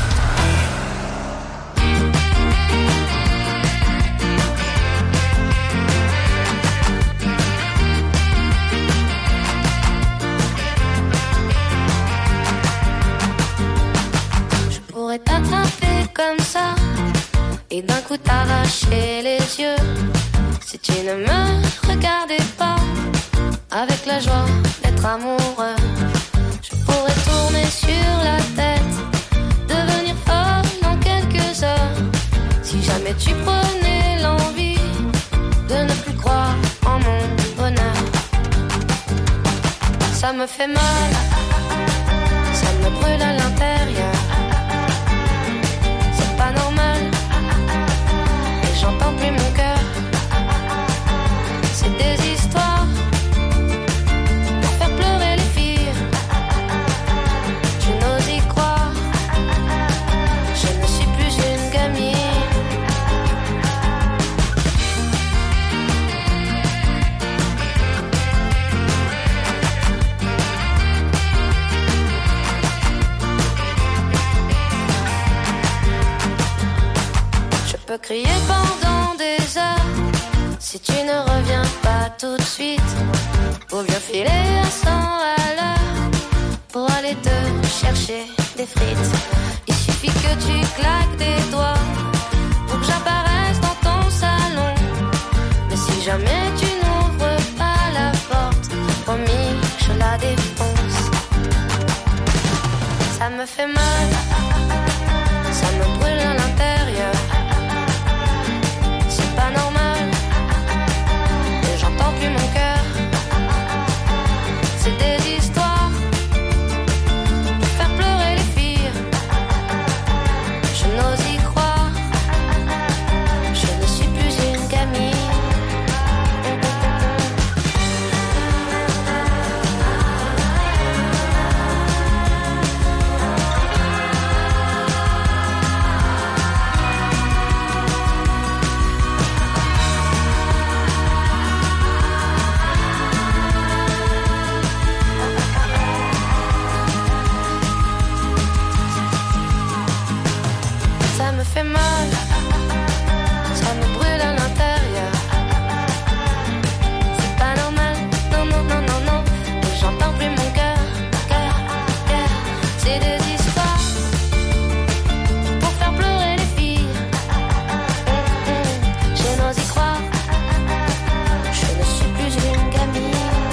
Je pourrais t'attraper comme ça et d'un coup t'arracher les yeux si tu ne me regardais pas avec la joie d'être amoureux. Je pourrais tourner sur la tête, devenir folle en quelques heures si jamais tu prenais l'envie de ne plus croire en mon bonheur. Ça me fait mal, ça me brûle à l'intérieur. C'est pas normal. J'entends plus mon cœur. C'est des histoires pour faire pleurer les filles. Tu n'oses y croire. Je ne suis plus une gamine. Je peux crier pendant des heures si tu ne reviens pas tout de suite, ou bien filer à 100 à l'heure pour aller te chercher des frites. Il suffit que tu claques des doigts pour que j'apparaisse dans ton salon. Mais si jamais tu n'ouvres pas la porte, promis, je la défonce. Ça me fait mal, ça me brûle à l'intérieur. Pas normal, et j'entends plus mon cœur. C'est des histoires pour faire pleurer les filles. Je n'ose y croire. Je ne suis plus une gamine. Ça me fait mal, ça me brûle à l'intérieur. C'est pas normal, non, non, non, non, non. Et j'entends plus mon cœur, cœur, cœur. C'est des histoires pour faire pleurer les filles. Je n'ose y croire, je ne suis plus une gamine.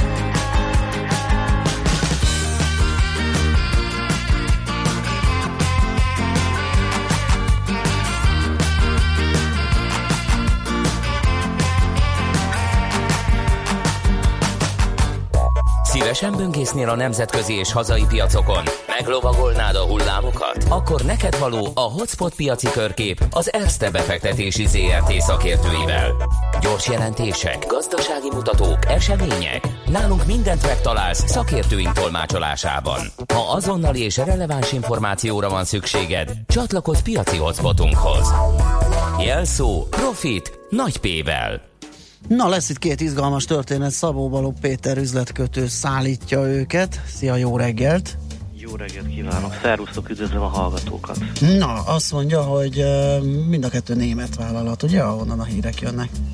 Szívesen böngésznél a nemzetközi és hazai piacokon? Meglovagolnád a hullámokat? Akkor neked való a Hotspot piaci körkép az Erste befektetési ZRT szakértőivel. Gyors jelentések, gazdasági mutatók, események. Nálunk mindent megtalálsz szakértőink tolmácsolásában. Ha azonnali és releváns információra van szükséged, csatlakozz piaci hotspotunkhoz. Jelszó Profit nagy P-vel. Na, lesz itt 2 izgalmas történet. Szabó Balogh Péter üzletkötő szállítja őket. Szia, jó reggelt! Jó reggelt kívánok! Szervusztok, üdvözlöm a hallgatókat! Na, azt mondja, hogy mind a 2 német vállalat, ugye, ahonnan a hírek jönnek?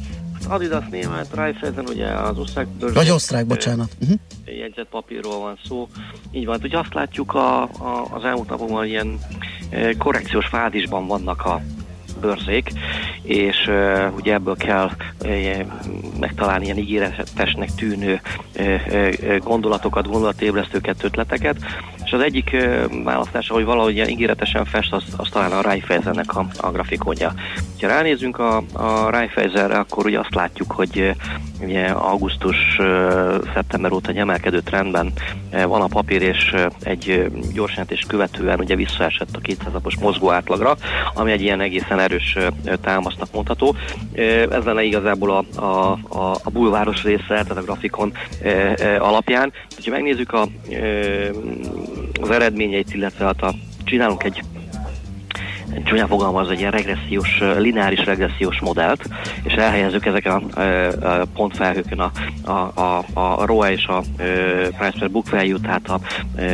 Adidas német, Raiffeisen ugye az osztrák bőrzsén. Vagy osztrák, bocsánat. Jegyzett papírról van szó. Így van, ugye azt látjuk az elmúlt napokban, ilyen korrekciós fázisban vannak a bőrzék, és ugye ebből kell megtalálni ilyen ígéretesnek tűnő gondolatokat, gondolatébresztőket, ötleteket, és az egyik választása, hogy valahogy ilyen ígéretesen fest, az talán a Raiffeisennek a grafikonja. Ha ránézünk a Raiffeisenre, akkor ugye azt látjuk, hogy ugye augusztus-szeptember óta egy emelkedő trendben van a papír, és egy gyors jelentést követően ugye visszaesett a 200 napos mozgó átlagra, ami egy ilyen egészen erős támasznak mondható. Ez lenne igazából a bulváros része, tehát a grafikon alapján. Ha megnézzük az eredményeit, illetve csinálunk egy csúnyán fogalmaz, egy ilyen lineáris regressziós modellt, és elhelyezzük ezeken a pontfelhőkön a ROA és a price per book value, tehát a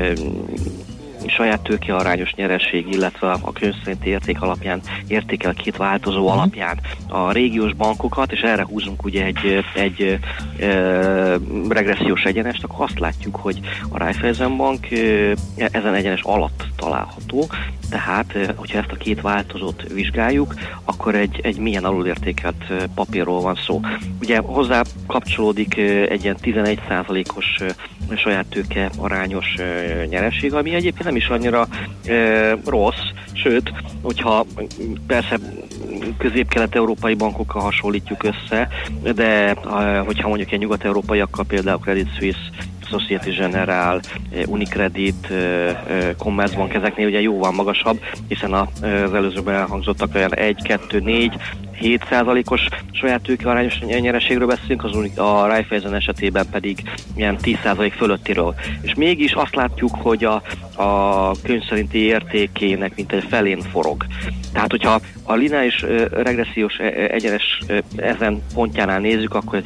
saját tőke arányos nyereség, illetve a könyv szerinti érték alapján értékel két változó alapján a régiós bankokat, és erre húzunk ugye egy regressziós egyenest, akkor azt látjuk, hogy a Raiffeisen Bank ezen egyenes alatt található, tehát hogyha ezt a két változót vizsgáljuk, akkor egy milyen alulértékelt papírról van szó. Ugye hozzá kapcsolódik egy ilyen 11%-os saját tőke arányos nyereség, ami egyébként nem is annyira rossz, sőt, hogyha persze közép-kelet-európai bankokkal hasonlítjuk össze, de hogyha mondjuk egy nyugat-európaiakkal, például Credit Suisse, Société Générale, Unicredit, Commerzbank, ezeknél ugye jóval magasabb, hiszen az előzőben elhangzottak olyan 1-2-4-7%-os saját tőke arányos nyereségről beszélünk, a Raiffeisen esetében pedig ilyen 10% fölöttiről. És mégis azt látjuk, hogy a könyv szerinti értékének mint egy felén forog. Tehát, hogyha a lineáris regressziós egyenes ezen pontjánál nézzük, akkor ez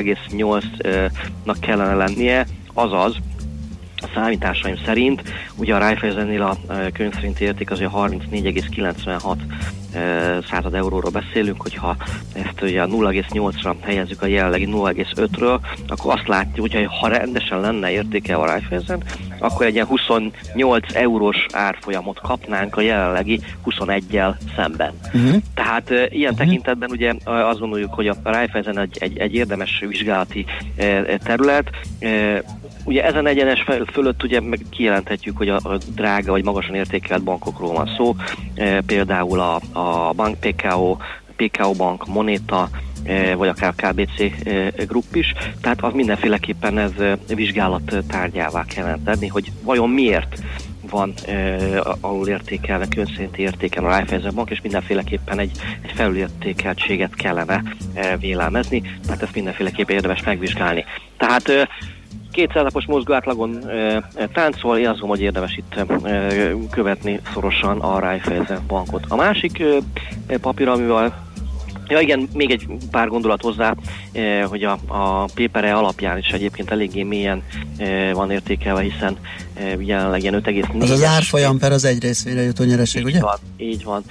0,8-nak kellene lennie, azaz a számításaim szerint, ugye a Raiffeisennél a könyv szerinti érték azért 34,96 század euróról beszélünk, hogyha ezt ugye a 0,8-ra helyezzük a jelenlegi 0,5-ről, akkor azt látjuk, hogy ha rendesen lenne értéke a Raiffeisen, akkor egy ilyen 28 eurós árfolyamot kapnánk a jelenlegi 21-jel szemben. Tehát ilyen tekintetben ugye azt gondoljuk, hogy a Raiffeisen egy érdemes vizsgálati terület. Ugye ezen egyenes fölött ugye meg kijelenthetjük, hogy a drága vagy magasan értékelt bankokról van szó, például a Bank PKO Bank, Moneta, vagy akár KBC Group is, tehát az mindenféleképpen ez vizsgálat tárgyává kellene tenni, hogy vajon miért van alulértékelve könyvszerinti értéken a Raiffeisen Bank, és mindenféleképpen egy felülértékeltséget kellene vélelmezni, tehát ezt mindenféleképpen érdemes megvizsgálni. Tehát 200 napos mozgóátlagon táncol, én azt mondom, hogy érdemes itt követni szorosan a Raiffeisen Bankot. A másik papír, amivel igen, még egy pár gondolat hozzá, hogy a PPR alapján is egyébként eléggé mélyen van értékelve, hiszen jelenleg ilyen 5,4. Az az árfolyam per az egy részvére jutó nyereség, ugye? Így van.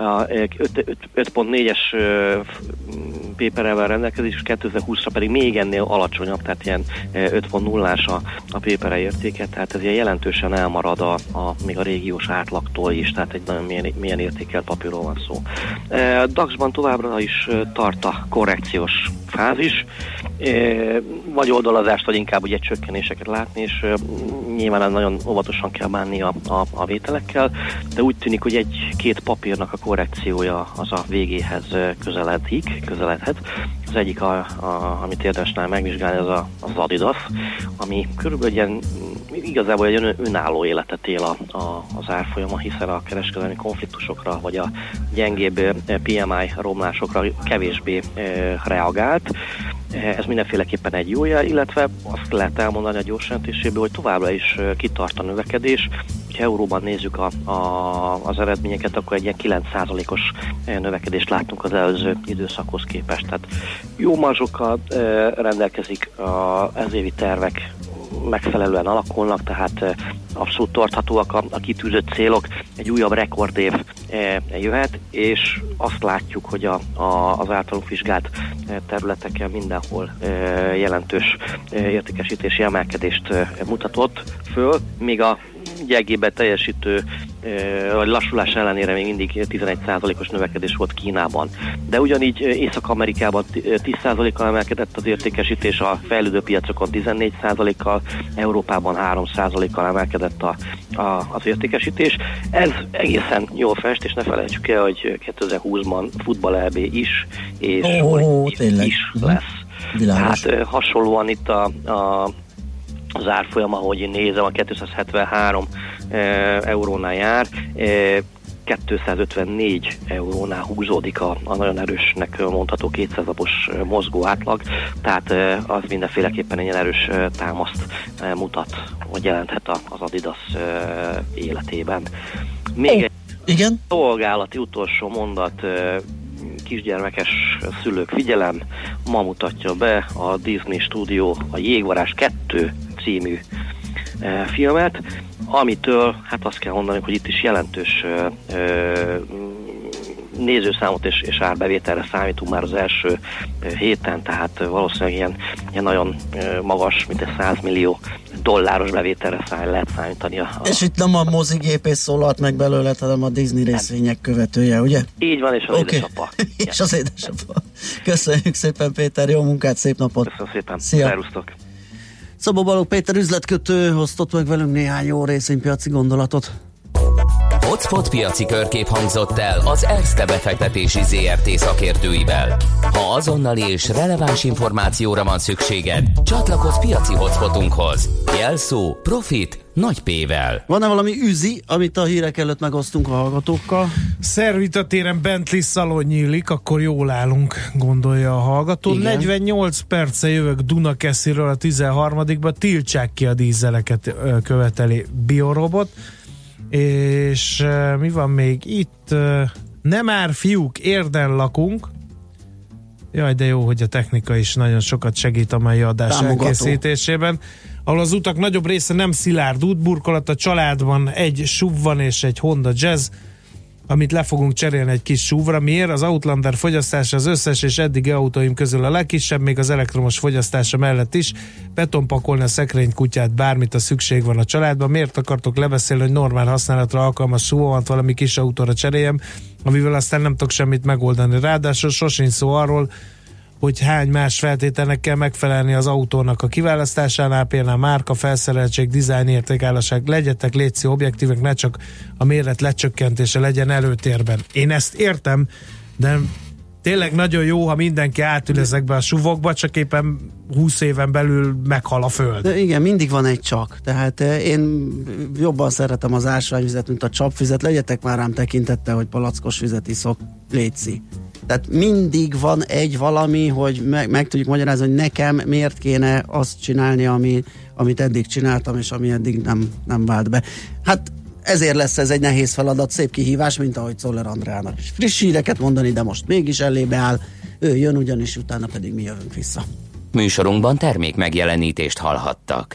5.4-es PPR-vel rendelkezik, és 2020-ra pedig még ennél alacsonyabb, tehát ilyen 5.0-ás a PPR értéke, tehát ez ilyen jelentősen elmarad még a régiós átlagtól is, tehát egy nagyon milyen értékelt papírról van szó. DAX-ban továbbra is tart a korrekciós fázis, vagy oldalazást, vagy inkább ugye csökkenéseket látni, és nyilván nagyon óvatosan kell bánni a vételekkel, de úgy tűnik, hogy egy-két papírnak a korrekciója az a végéhez közeledhet. Az egyik, amit érdemes megvizsgálni, az Adidas, ami körülbelül igazából egy önálló életet él az árfolyama, hiszen a kereskedelmi konfliktusokra, vagy a gyengébb PMI romlásokra kevésbé reagált. Ez mindenféleképpen egy jó jel, illetve azt lehet elmondani a gyors jelentéséből, hogy továbbra is kitart a növekedés. Ha euróban nézzük az eredményeket, akkor egy ilyen 9%-os növekedést láttunk az előző időszakhoz képest. Tehát jó marzsokkal rendelkezik, az évi tervek megfelelően alakulnak, tehát abszolút tarthatóak a kitűzött célok, egy újabb rekordév jöhet, és azt látjuk, hogy az általunk vizsgált területeken mindenhol jelentős értékesítési emelkedést mutatott föl, míg a gyengébben teljesítő vagy lassulás ellenére még mindig 11%-os növekedés volt Kínában. De ugyanígy Észak-Amerikában 10%-kal emelkedett az értékesítés, a fejlődő piacokon 14%-kal, Európában 3%-kal emelkedett az értékesítés. Ez egészen jól fest, és ne felejtsük el, hogy 2020-ban futball EB is, és is lesz. Világos. Tehát hasonlóan itt az árfolyam, ahogy én nézem, a 273 eurónál jár, 254 eurónál húzódik a nagyon erősnek mondható 200-napos mozgó átlag, tehát az mindenféleképpen egy ilyen erős támaszt mutat, vagy jelenthet az Adidas életében. Még egy szolgálati utolsó mondat, kisgyermekes szülők, figyelem, ma mutatja be a Disney Studio a Jégvarázs 2 című filmet, amitől, hát azt kell mondani, hogy itt is jelentős nézőszámot és árbevételre számítunk már az első héten, tehát valószínűleg ilyen nagyon magas, mint egy $100 millió bevételre lehet számítani. És itt nem a mozigépész szólalt meg belőle, hanem a Disney részvények követője, ugye? Így van, és az édesapa. És az édesapa. Köszönjük szépen, Péter, jó munkát, szép napot! Köszönöm szépen, szervusztok! Szabó Balogh Péter üzletkötő osztott meg velünk néhány jó részvénypiaci gondolatot. Hotspot piaci körkép hangzott el az Erste befektetési ZRT szakértőivel. Ha azonnali és releváns információra van szükséged, csatlakozz piaci hotspotunkhoz. Jelszó Profit nagy P-vel. Van-e valami üzi, amit a hírek előtt megosztunk a hallgatókkal? Szervitatéren Bentley szalon nyílik, akkor jól állunk, gondolja a hallgató. Igen. 48 perce jövök Dunakesziről a 13-ba, tiltsák ki a dízeleket, követeli Biorobot. És mi van még itt? Nem már fiúk, Érden lakunk. Jaj, de jó, hogy a technika is nagyon sokat segít a mai adás elkészítésében. Ahol az utak nagyobb része nem szilárd útburkolat, a családban egy SUV van és egy Honda Jazz, amit le fogunk cserélni egy kis SUV-ra. Miért? Az Outlander fogyasztása az összes és eddigi autóim közül a legkisebb, még az elektromos fogyasztása mellett is. Betonpakolni a szekrényt, kutyát, bármit a szükség van a családban. Miért akartok lebeszélni, hogy normál használatra alkalmas SUV-ot valami kis autóra cseréljem, amivel aztán nem tudok semmit megoldani. Ráadásul sosincs szó arról, hogy hány más feltételnek kell megfelelni az autónak a kiválasztásánál, például márka, felszereltség, dizájn, értékállóság. Legyetek létszi objektívek, ne csak a méret lecsökkentése legyen előtérben. Én ezt értem, de tényleg nagyon jó, ha mindenki átül ezekbe a SUV-okba, csak éppen 20 éven belül meghal a föld. De igen, mindig van egy csak. Tehát én jobban szeretem az ásványvizet, mint a csapvizet. Legyetek már rám tekintettel, hogy palackos vizet iszok, létszi. Tehát mindig van egy valami, hogy meg tudjuk magyarázni, hogy nekem miért kéne azt csinálni, amit eddig csináltam, és ami eddig nem vált be. Hát ezért lesz ez egy nehéz feladat, szép kihívás, mint ahogy Czoller Andrának is friss híreket mondani, de most mégis elébe áll. Ő jön ugyanis, utána pedig mi jövünk vissza. Műsorunkban termék megjelenítést hallhattak.